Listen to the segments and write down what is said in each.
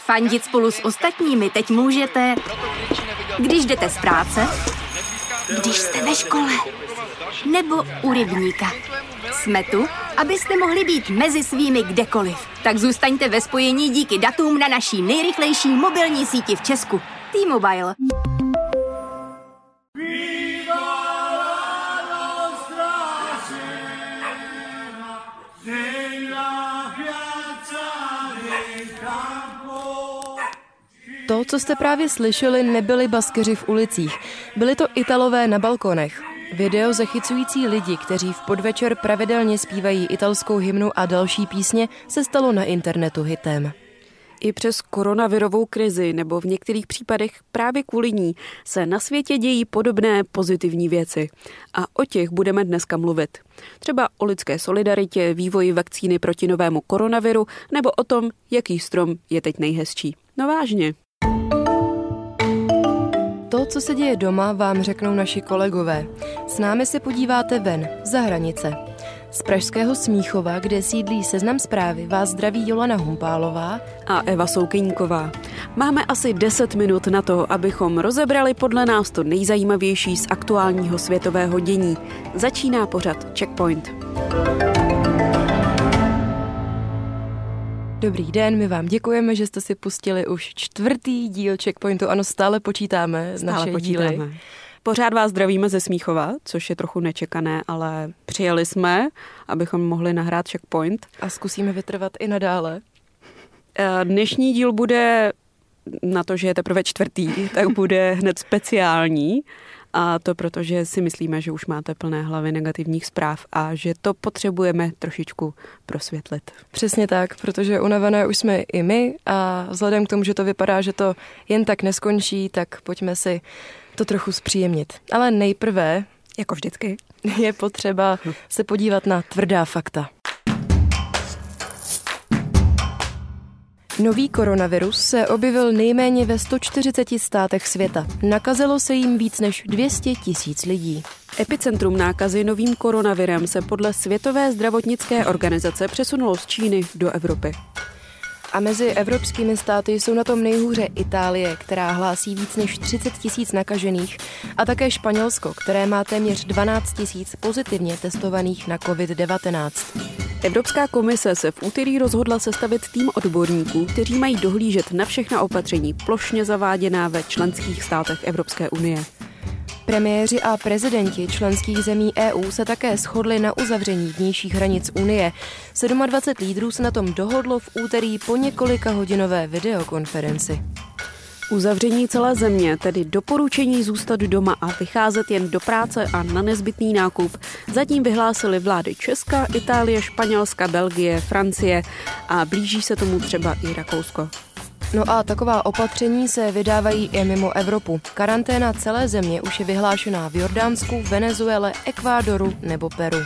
Fandit spolu s ostatními teď můžete, když jdete z práce, když jste ve škole, nebo u rybníka. Jsme tu, abyste mohli být mezi svými kdekoliv. Tak zůstaňte ve spojení díky datům na naší nejrychlejší mobilní síti v Česku. T-Mobile. To, co jste právě slyšeli, nebyli baskeři v ulicích. Byli to Italové na balkonech. Video zachycující lidi, kteří v podvečer pravidelně zpívají italskou hymnu a další písně, se stalo na internetu hitem. I přes koronavirovou krizi nebo v některých případech právě kvůli ní se na světě dějí podobné pozitivní věci. A o těch budeme dneska mluvit. Třeba o lidské solidaritě, vývoji vakcíny proti novému koronaviru nebo o tom, jaký strom je teď nejhezčí. No vážně. To, co se děje doma, vám řeknou naši kolegové. S námi se podíváte ven, za hranice. Z pražského Smíchova, kde sídlí Seznam Zprávy, vás zdraví Jolana Humpálová a Eva Soukyníková. Máme asi 10 minut na to, abychom rozebrali podle nás to nejzajímavější z aktuálního světového dění. Začíná pořad Checkpoint. Dobrý den, my vám děkujeme, že jste si pustili už 4. díl Checkpointu. Ano, stále počítáme naše díly. Pořád vás zdravíme ze Smíchova, což je trochu nečekané, ale přijeli jsme, abychom mohli nahrát Checkpoint. A zkusíme vytrvat i nadále. Dnešní díl bude, na to, že je teprve 4., tak bude hned speciální. A to proto, že si myslíme, že už máte plné hlavy negativních zpráv a že to potřebujeme trošičku prosvětlit. Přesně tak, protože unavené už jsme i my a vzhledem k tomu, že to vypadá, že to jen tak neskončí, tak pojďme si to trochu zpříjemnit. Ale nejprve, jako vždycky, je potřeba se podívat na tvrdá fakta. Nový koronavirus se objevil nejméně ve 140 státech světa. Nakazilo se jim víc než 200 000 lidí. Epicentrum nákazy novým koronavirem se podle Světové zdravotnické organizace přesunulo z Číny do Evropy. A mezi evropskými státy jsou na tom nejhůře Itálie, která hlásí víc než 30 000 nakažených, a také Španělsko, které má téměř 12 000 pozitivně testovaných na COVID-19. Evropská komise se v úterý rozhodla sestavit tým odborníků, kteří mají dohlížet na všechna opatření plošně zaváděná ve členských státech Evropské unie. Premiéři a prezidenti členských zemí EU se také shodli na uzavření vnějších hranic Unie. 27 lídrů se na tom dohodlo v úterý po několika hodinové videokonferenci. Uzavření celé země, tedy doporučení zůstat doma a vycházet jen do práce a na nezbytný nákup, zatím vyhlásily vlády Česka, Itálie, Španělska, Belgie, Francie a blíží se tomu třeba i Rakousko. No a taková opatření se vydávají i mimo Evropu. Karanténa celé země už je vyhlášená v Jordánsku, Venezuele, Ekvádoru nebo Peru.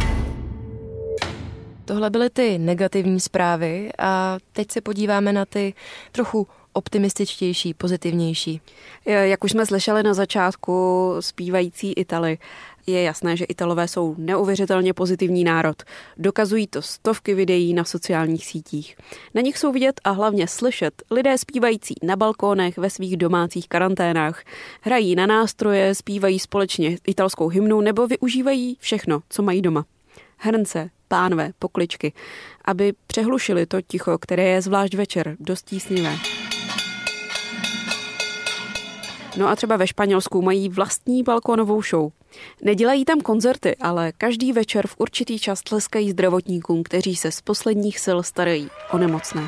Tohle byly ty negativní zprávy a teď se podíváme na ty trochu optimističtější, pozitivnější. Jak už jsme slyšeli na začátku zpívající Italy, je jasné, že Italové jsou neuvěřitelně pozitivní národ. Dokazují to stovky videí na sociálních sítích. Na nich jsou vidět a hlavně slyšet lidé zpívající na balkónech ve svých domácích karanténách. Hrají na nástroje, zpívají společně italskou hymnu nebo využívají všechno, co mají doma. Hrnce, pánve, pokličky, aby přehlušili to ticho, které je zvlášť večer dost tísnivé. No a třeba ve Španělsku mají vlastní balkónovou show. Nedělají tam koncerty, ale každý večer v určitý čas tleskají zdravotníkům, kteří se z posledních sil starají o nemocné.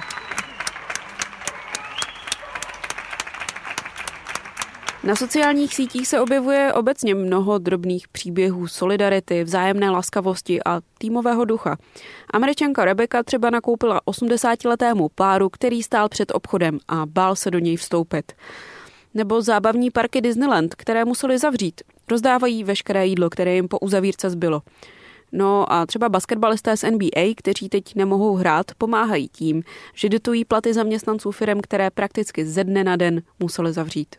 Na sociálních sítích se objevuje obecně mnoho drobných příběhů solidarity, vzájemné laskavosti a týmového ducha. Američanka Rebecca třeba nakoupila 80letému páru, který stál před obchodem a bál se do něj vstoupit. Nebo zábavní parky Disneyland, které museli zavřít. Rozdávají veškeré jídlo, které jim po uzavírce zbylo. No a třeba basketbalisté z NBA, kteří teď nemohou hrát, pomáhají tím, že dotují platy zaměstnanců firem, které prakticky ze dne na den museli zavřít.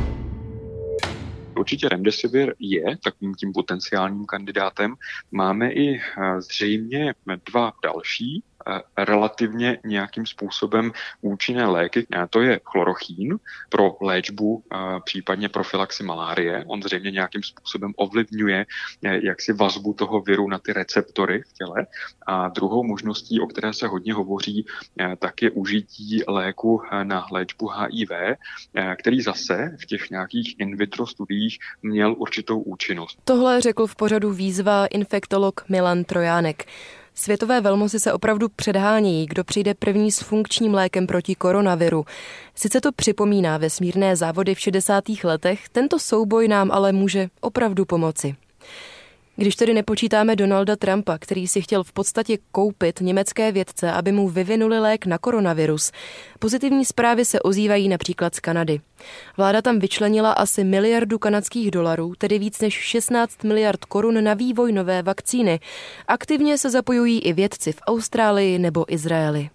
Určitě Remdesivir je takovým tím potenciálním kandidátem. Máme i zřejmě 2 další relativně nějakým způsobem účinné léky. To je chlorochín pro léčbu, případně profilaxi malárie. On zřejmě nějakým způsobem ovlivňuje jaksi vazbu toho viru na ty receptory v těle. A druhou možností, o které se hodně hovoří, tak je užití léku na léčbu HIV, který zase v těch nějakých in vitro studiích měl určitou účinnost. Tohle řekl v pořadu Výzva infektolog Milan Trojánek. Světové velmoci se opravdu předhánějí, kdo přijde první s funkčním lékem proti koronaviru. Sice to připomíná vesmírné závody v 60. letech, tento souboj nám ale může opravdu pomoci. Když tedy nepočítáme Donalda Trumpa, který si chtěl v podstatě koupit německé vědce, aby mu vyvinuli lék na koronavirus, pozitivní zprávy se ozývají například z Kanady. Vláda tam vyčlenila asi $1 miliardu kanadských dolarů, tedy víc než 16 miliard korun na vývoj nové vakcíny. Aktivně se zapojují i vědci v Austrálii nebo Izraeli.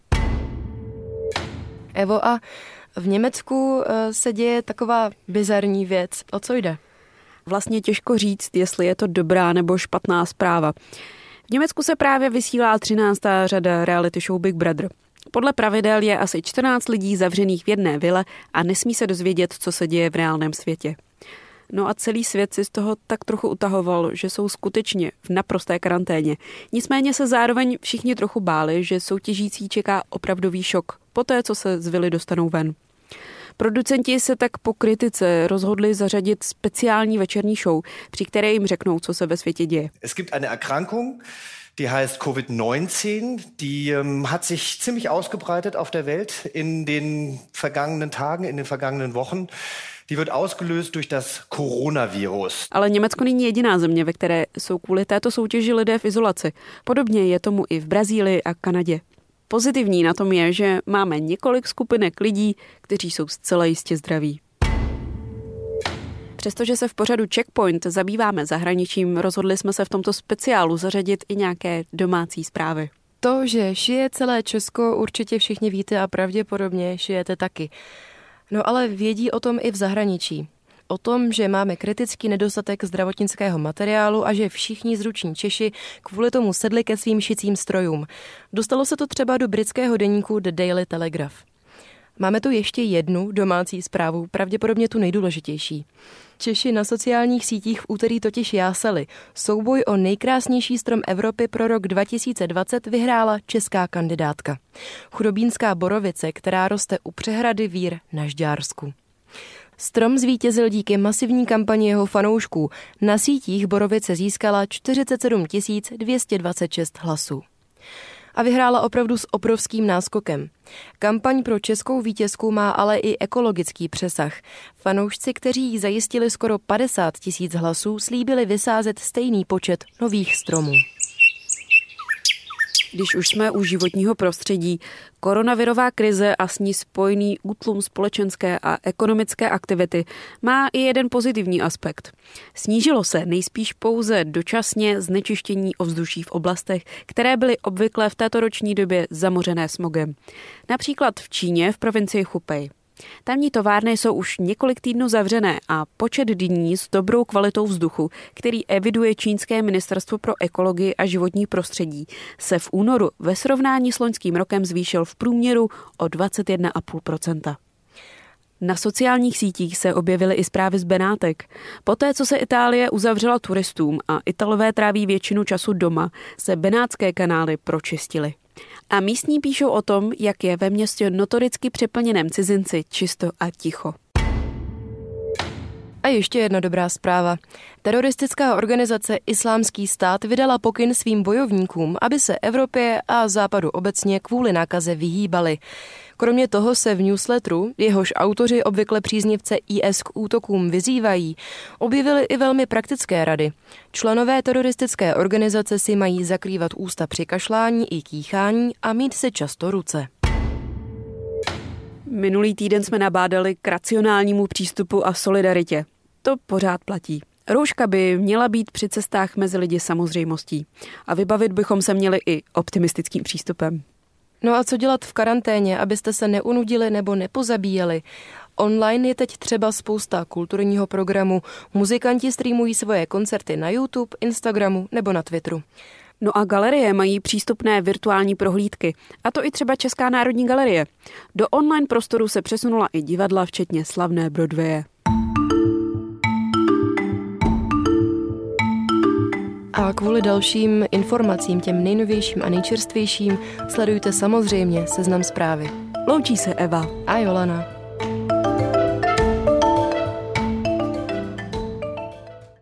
Evo, a v Německu se děje taková bizarní věc. O co jde? Vlastně těžko říct, jestli je to dobrá nebo špatná zpráva. V Německu se právě vysílá 13. řada reality show Big Brother. Podle pravidel je asi 14 lidí zavřených v jedné vile a nesmí se dozvědět, co se děje v reálném světě. No a celý svět si z toho tak trochu utahoval, že jsou skutečně v naprosté karanténě. Nicméně se zároveň všichni trochu báli, že soutěžící čeká opravdový šok poté, co se z vily dostanou ven. Producenti se tak po kritice rozhodli zařadit speciální večerní show, při které jim řeknou, co se ve světě děje. Es gibt eine Erkrankung, die heißt COVID-19. Die hat sich ziemlich ausgebreitet auf der Welt in den vergangenen Tagen, in den vergangenen Wochen. Die wird ausgelöst durch das Coronavirus. Ale Německo není jediná země, ve které jsou kvůli této soutěži lidé v izolaci. Podobně je tomu i v Brazílii a Kanadě. Pozitivní na tom je, že máme několik skupinek lidí, kteří jsou zcela jistě zdraví. Přestože se v pořadu Checkpoint zabýváme zahraničím, rozhodli jsme se v tomto speciálu zařadit i nějaké domácí zprávy. To, že šije celé Česko, určitě všichni víte a pravděpodobně šijete taky. No ale vědí o tom i v zahraničí. O tom, že máme kritický nedostatek zdravotnického materiálu a že všichni zruční Češi kvůli tomu sedli ke svým šicím strojům. Dostalo se to třeba do britského deníku The Daily Telegraph. Máme tu ještě jednu domácí zprávu, pravděpodobně tu nejdůležitější. Češi na sociálních sítích v úterý totiž jásali. Souboj o nejkrásnější strom Evropy pro rok 2020 vyhrála česká kandidátka. Chudobínská borovice, která roste u přehrady Vír na Žďársku. Strom zvítězil díky masivní kampani jeho fanoušků. Na sítích borovice získala 47 226 hlasů. A vyhrála opravdu s obrovským náskokem. Kampaň pro českou vítězku má ale i ekologický přesah. Fanoušci, kteří jí zajistili skoro 50 000 hlasů, slíbili vysázet stejný počet nových stromů. Když už jsme u životního prostředí, koronavirová krize a s ní spojený útlum společenské a ekonomické aktivity má i jeden pozitivní aspekt. Snížilo se nejspíš pouze dočasně znečištění ovzduší v oblastech, které byly obvykle v této roční době zamořené smogem. Například v Číně v provincii Hubei. Tamní továrny jsou už několik týdnů zavřené a počet dní s dobrou kvalitou vzduchu, který eviduje čínské ministerstvo pro ekologii a životní prostředí, se v únoru ve srovnání s loňským rokem zvýšil v průměru o 21,5%. Na sociálních sítích se objevily i zprávy z Benátek. Poté, co se Itálie uzavřela turistům a Italové tráví většinu času doma, se benátské kanály pročistily. A místní píšou o tom, jak je ve městě notoricky přeplněném cizinci čisto a ticho. A ještě jedna dobrá zpráva. Teroristická organizace Islámský stát vydala pokyn svým bojovníkům, aby se Evropě a Západu obecně kvůli nákaze vyhýbali. Kromě toho se v newsletteru, jehož autoři obvykle příznivce IS k útokům vyzývají, objevily i velmi praktické rady. Členové teroristické organizace si mají zakrývat ústa při kašlání i kýchání a mít se často ruce. Minulý týden jsme nabádali k racionálnímu přístupu a solidaritě. To pořád platí. Rouška by měla být při cestách mezi lidi samozřejmostí. A vybavit bychom se měli i optimistickým přístupem. No a co dělat v karanténě, abyste se neunudili nebo nepozabíjeli? Online je teď třeba spousta kulturního programu. Muzikanti streamují svoje koncerty na YouTube, Instagramu nebo na Twitteru. No a galerie mají přístupné virtuální prohlídky. A to i třeba Česká národní galerie. Do online prostoru se přesunula i divadla, včetně slavné Broadwaye. A kvůli dalším informacím, těm nejnovějším a nejčerstvějším, sledujte samozřejmě Seznam Zprávy. Loučí se Eva a Jolana.